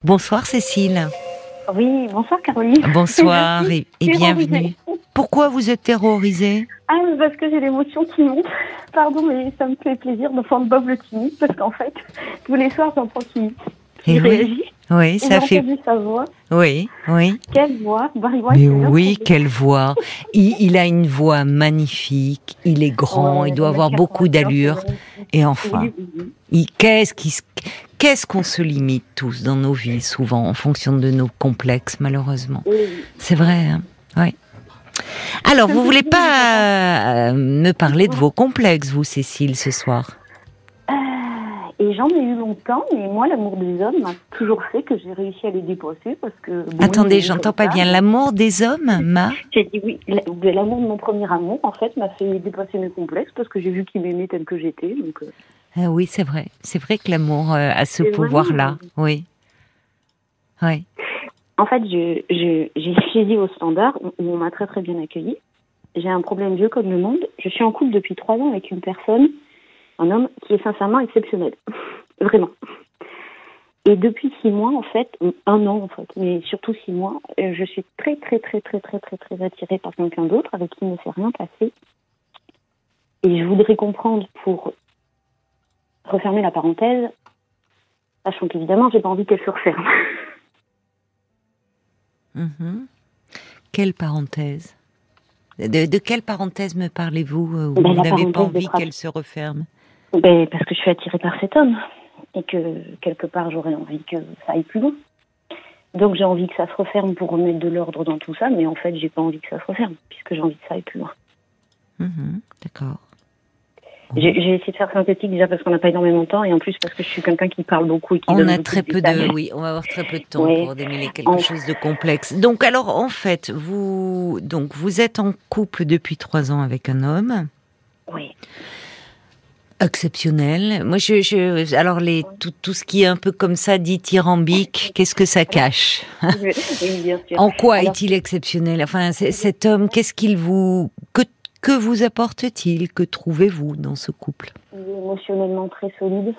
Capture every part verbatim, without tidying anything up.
Bonsoir Cécile. Oui, bonsoir Caroline. Bonsoir et, et bienvenue. Pourquoi vous êtes terrorisée? Ah, parce que j'ai l'émotion qui monte. Pardon, mais ça me fait plaisir d'entendre Bob le timide, parce qu'en fait, tous les soirs, j'entends qu'il qui réagit. Oui, oui, ça et j'ai fait. entendu sa voix. Oui, oui. Quelle voix, Barry White. Mais oui, quelle voix. Il, il a une voix magnifique, il est grand, Ouais, il doit le avoir mec beaucoup quatre-vingt-quinze, d'allure. c'est magnifique. Et enfin, Oui, oui, oui. il, qu'est-ce, qui, se- qu'est-ce qu'on se limite tous dans nos vies, souvent, en fonction de nos complexes, malheureusement. Oui, oui. C'est vrai, hein? Oui. Alors, vous voulez pas euh, me parler de vos complexes, vous, Cécile, ce soir? Et j'en ai eu longtemps, mais moi, l'amour des hommes m'a toujours fait que j'ai réussi à les dépasser, parce que... bon, Attendez, oui, j'entends comme pas ça, bien. L'amour des hommes, ma... J'ai dit oui, la- l'amour de mon premier amour, en fait, m'a fait dépasser mes complexes, parce que j'ai vu qu'il m'aimait tel que j'étais, donc... euh, Ah oui, c'est vrai. C'est vrai que l'amour euh, a ce C'est pouvoir-là. Oui. Oui. En fait, je, je, j'ai saisi au standard, où on m'a très très bien accueilli. J'ai un problème vieux comme le monde. Je suis en couple depuis trois ans avec une personne, un homme qui est sincèrement exceptionnel. Vraiment. Et depuis six mois, en fait, un an en fait, mais surtout six mois, euh, je suis très très très très très très très attirée par quelqu'un d'autre avec qui il ne s'est rien passé. Et je voudrais comprendre pour refermer la parenthèse, sachant qu'évidemment, j'ai pas envie qu'elle se referme. Mhm. Quelle parenthèse? De, de quelle parenthèse me parlez-vous euh, où Ben, vous la n'avez pas parenthèse de envie tra- qu'elle se referme? Ben, parce que je suis attirée par cet homme et que quelque part j'aurais envie que ça aille plus loin. Donc j'ai envie que ça se referme pour remettre de l'ordre dans tout ça, mais en fait j'ai pas envie que ça se referme puisque j'ai envie que ça aille plus loin. Mhm. D'accord. J'ai, j'ai essayé de faire synthétique déjà parce qu'on n'a pas énormément de temps et en plus parce que je suis quelqu'un qui parle beaucoup et qui On donne a beaucoup très de peu détails. de, oui, on va avoir très peu de temps Ouais. pour démêler quelque En- chose de complexe. Donc, alors, en fait, vous, donc, vous êtes en couple depuis trois ans avec un homme. Oui. Exceptionnel. Moi, je, je, alors les, tout, tout ce qui est un peu comme ça, dithyrambique, qu'est-ce que ça cache? Oui, bien sûr. En quoi Alors, est-il exceptionnel? Enfin, c'est- cet homme, qu'est-ce qu'il vous, que, que vous apporte-t-il? Que trouvez-vous dans ce couple? il est émotionnellement très solide.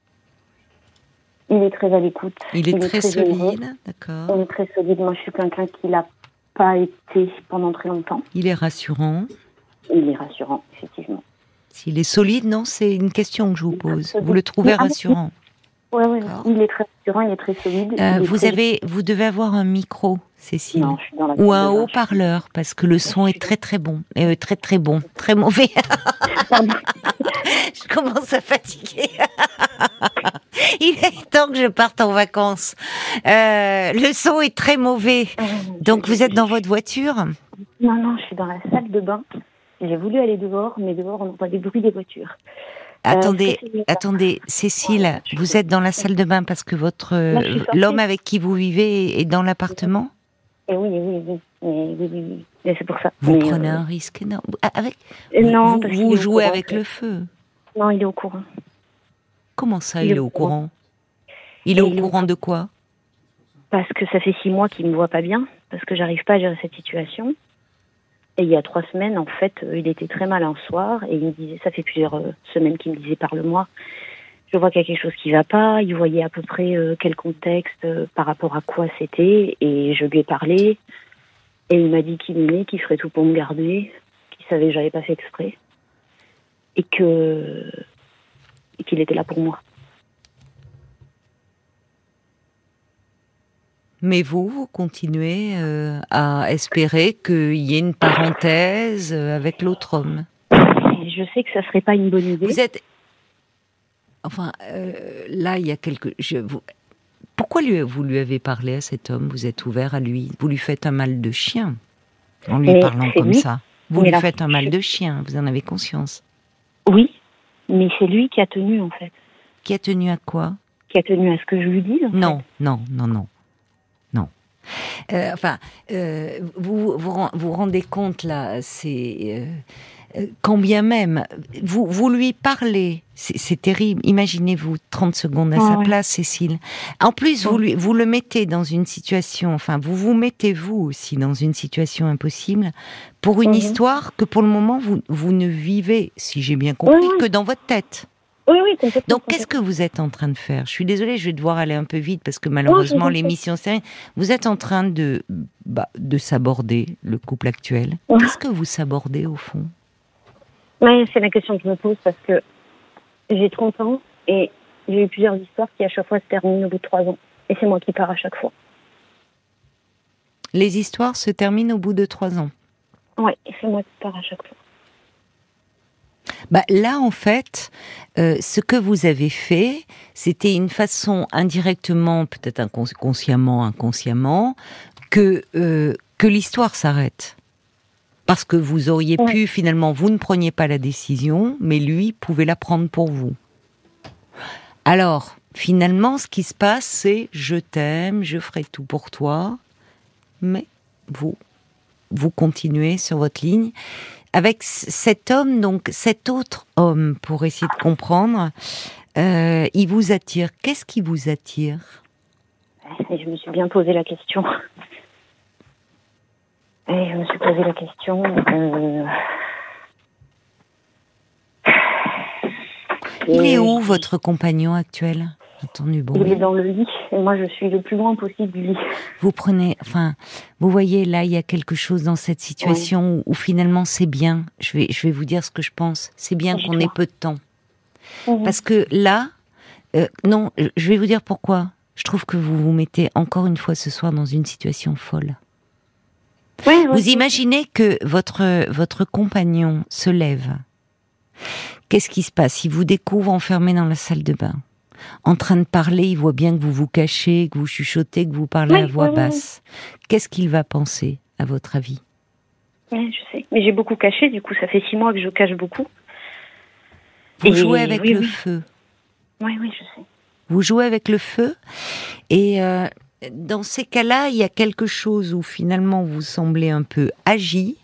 Il est très à l'écoute. Il est très généreux. solide, d'accord. Il est très solide. Moi, je suis quelqu'un qui l'a pas été pendant très longtemps. Il est rassurant. Il est rassurant, effectivement. S'il est solide, non, c'est une question que je vous pose. solide. Vous le trouvez Ah, rassurant? Ouais, ouais. D'accord. Il est très rassurant, il est très solide. Euh, il est vous très- avez, vous devez avoir un micro, Cécile. Non, je suis dans la Ou salle un de bain. haut-parleur, parce que le son est très très bon. Euh, très très bon. Très mauvais. Pardon. Je commence à fatiguer. Il est temps que je parte en vacances. Euh, le son est très mauvais. Donc vous êtes dans votre voiture? Non, non, je suis dans la salle de bain. J'ai voulu aller dehors, mais dehors, on entend des bruits des voitures. Attendez, est-ce que c'est mieux? attendez, Cécile, Voilà, je vous suis- êtes dans la salle de bain parce que votre Moi, je suis euh, sortie. l'homme avec qui vous vivez est dans l'appartement? Eh oui, oui, oui. Mais, oui, oui, oui. Mais c'est pour ça. Vous Mais, prenez euh, un risque énorme. Ah, Avec, euh, non, vous, parce vous qu'il est au jouez courant, avec que- le feu. Non, il est au courant. Comment ça, Il il est est au au courant? Il est Et au il est au courant de quoi? Parce que ça fait six mois qu'il me voit pas bien, parce que j'arrive pas à gérer cette situation. Et il y a trois semaines, en fait, euh, il était très mal un soir et il me disait, ça fait plusieurs euh, semaines qu'il me disait parle-moi. Je vois qu'il y a quelque chose qui va pas. Il voyait à peu près euh, quel contexte, euh, par rapport à quoi c'était, et je lui ai parlé. Et il m'a dit qu'il m'aimait, qu'il ferait tout pour me garder, qu'il savait que j'avais pas fait exprès, et que et qu'il était là pour moi. Mais vous, vous continuez euh, à espérer qu'il y ait une parenthèse euh, avec l'autre homme. Et je sais que ça serait pas une bonne idée. Vous êtes... Enfin, euh, là, il y a quelque... Je, vous... Pourquoi lui, vous lui avez parlé à cet homme? Vous êtes ouvert à lui? Vous lui faites un mal de chien en lui Mais parlant c'est comme lui. ça. Vous Mais lui là, faites un mal je- de chien, vous en avez conscience. Oui, mais c'est lui qui a tenu, en fait. Qui a tenu à quoi? Qui a tenu à ce que je lui dise, en Non, fait. non, non, non. Non. Euh, enfin, euh, vous, vous ren- vous rendez compte là, c'est... euh, euh, quand bien même, vous, vous lui parlez, c'est, c'est terrible, imaginez-vous trente secondes à Ah sa ouais. place, Cécile. En plus, vous, Oui. lui, vous le mettez dans une situation, enfin, vous vous mettez vous aussi dans une situation impossible pour une Mhm. histoire que pour le moment, vous, vous ne vivez, si j'ai bien compris, Oui, oui. que dans votre tête. Oui, oui, complètement. Donc, qu'est-ce que vous êtes en train de faire? Je suis désolée, je vais devoir aller un peu vite parce que malheureusement, non, l'émission c'est... Vous êtes en train de, bah, de saborder le couple actuel. Ouais. Qu'est-ce que vous sabordez au fond? Ouais, c'est la question que je me pose parce que j'ai trente ans et j'ai eu plusieurs histoires qui à chaque fois se terminent au bout de trois ans. Et c'est moi qui pars à chaque fois. Les histoires se terminent au bout de trois ans? Oui, c'est moi qui pars à chaque fois. Bah, là, en fait, euh, ce que vous avez fait, c'était une façon indirectement, peut-être inconsciemment, inconsciemment, que, euh, que l'histoire s'arrête. Parce que vous auriez ouais. pu, finalement, vous ne preniez pas la décision, mais lui pouvait la prendre pour vous. Alors, finalement, ce qui se passe, c'est « je t'aime, je ferai tout pour toi », mais vous, vous continuez sur votre ligne. Avec cet homme, donc cet autre homme, pour essayer de comprendre, euh, il vous attire. Qu'est-ce qui vous attire? Et je me suis bien posé la question. Et je me suis posé la question. Euh... Il est où votre compagnon actuel? Entendu, bon, il est dans le lit et moi je suis le plus loin possible du lit. Vous prenez, enfin, vous voyez là, il y a quelque chose dans cette situation ouais. où, où finalement c'est bien. Je vais, je vais vous dire ce que je pense. C'est bien qu'on ait peu de temps, mmh. parce que là, euh, non, je vais vous dire pourquoi. Je trouve que vous vous mettez encore une fois ce soir dans une situation folle. Ouais, ouais, vous ouais. imaginez que votre votre compagnon se lève. Qu'est-ce qui se passe? Il vous découvre enfermé dans la salle de bain. En train de parler, il voit bien que vous vous cachez, que vous chuchotez, que vous parlez oui, à voix oui, basse. Oui. Qu'est-ce qu'il va penser, à votre avis? Oui, je sais. Mais j'ai beaucoup caché, du coup, ça fait six mois que je cache beaucoup. Vous et jouez avec oui, le oui. feu. Oui, oui, je sais. Vous jouez avec le feu, et euh, dans ces cas-là, il y a quelque chose où finalement vous semblez un peu agi,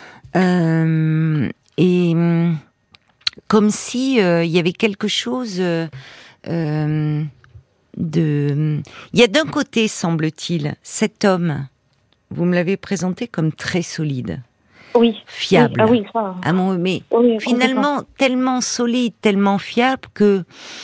euh, et comme si euh, il y avait quelque chose... Euh, Euh, de... Il y a d'un côté, semble-t-il, cet homme, vous me l'avez présenté comme très solide, oui, fiable, oui. Ah oui, ça... à mon... mais oui, finalement tellement solide, tellement fiable que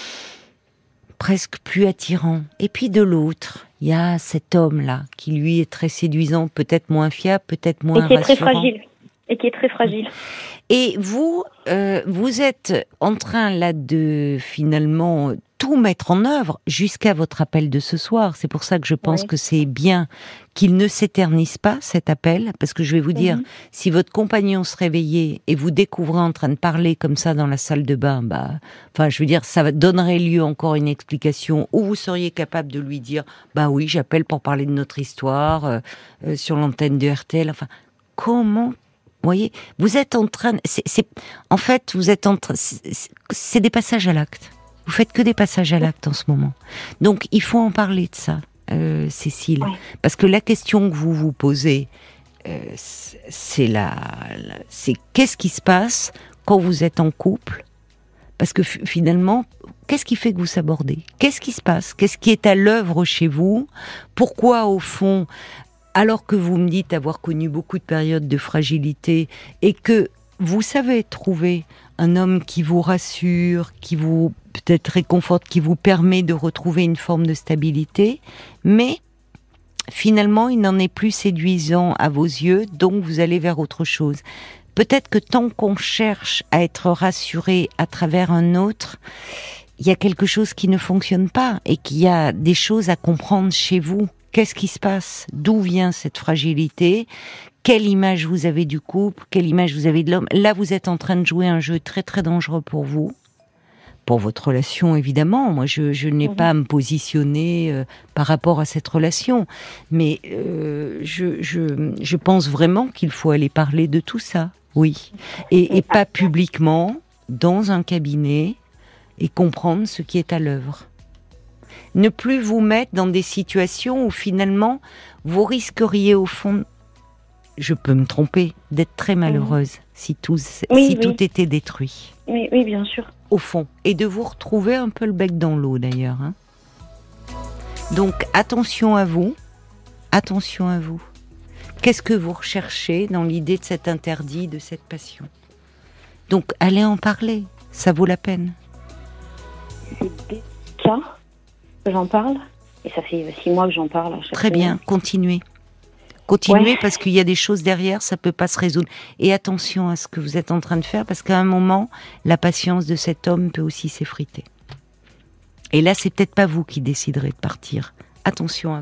presque plus attirant. Et puis de l'autre, il y a cet homme-là qui lui est très séduisant, peut-être moins fiable, peut-être moins rassurant. Et qui est rassurant. très fragile. Et qui est très fragile. Et vous, euh, vous êtes en train là de finalement tout mettre en œuvre jusqu'à votre appel de ce soir. C'est pour ça que je pense oui. que c'est bien qu'il ne s'éternise pas, cet appel, parce que je vais vous mm-hmm. dire, si votre compagnon se réveillait et vous découvrez en train de parler comme ça dans la salle de bain, bah, enfin, je veux dire, ça donnerait lieu encore à une explication où vous seriez capable de lui dire, bah oui, j'appelle pour parler de notre histoire euh, euh, sur l'antenne de R T L. Enfin, comment? Vous voyez, vous êtes en train, c'est, c'est, en fait, vous êtes en train, c'est, c'est des passages à l'acte. Vous faites que des passages à l'acte en ce moment. Donc, il faut en parler de ça, euh, Cécile, ouais. Parce que la question que vous vous posez, euh, c'est la, la, c'est qu'est-ce qui se passe quand vous êtes en couple? Parce que f- finalement, qu'est-ce qui fait que vous sabordez? Qu'est-ce qui se passe? Qu'est-ce qui est à l'œuvre chez vous? Pourquoi, au fond, alors que vous me dites avoir connu beaucoup de périodes de fragilité et que vous savez trouver un homme qui vous rassure, qui vous peut-être réconforte, qui vous permet de retrouver une forme de stabilité, mais finalement il n'en est plus séduisant à vos yeux, donc vous allez vers autre chose. Peut-être que tant qu'on cherche à être rassuré à travers un autre, il y a quelque chose qui ne fonctionne pas et qu'il y a des choses à comprendre chez vous. Qu'est-ce qui se passe? D'où vient cette fragilité? Quelle image vous avez du couple? Quelle image vous avez de l'homme? Là, vous êtes en train de jouer un jeu très très dangereux pour vous, pour votre relation évidemment. Moi, je, je n'ai mmh. pas à me positionner euh, par rapport à cette relation, mais euh, je, je, je pense vraiment qu'il faut aller parler de tout ça, oui, et, et pas publiquement, dans un cabinet, et comprendre ce qui est à l'œuvre. Ne plus vous mettre dans des situations où finalement vous risqueriez au fond, je peux me tromper, d'être très malheureuse mmh. si, tout, oui, si oui. tout était détruit. Oui, oui, bien sûr. Au fond. Et de vous retrouver un peu le bec dans l'eau d'ailleurs. Hein. Donc attention à vous, attention à vous. Qu'est-ce que vous recherchez dans l'idée de cet interdit, de cette passion? Donc allez en parler, ça vaut la peine. c'est délicat que j'en parle. Et ça fait six mois que j'en parle à chaque Très fois. bien, continuez. Continuez Ouais. parce qu'il y a des choses derrière, ça peut pas se résoudre. Et attention à ce que vous êtes en train de faire parce qu'à un moment, la patience de cet homme peut aussi s'effriter. Et là, c'est peut-être pas vous qui déciderez de partir. Attention à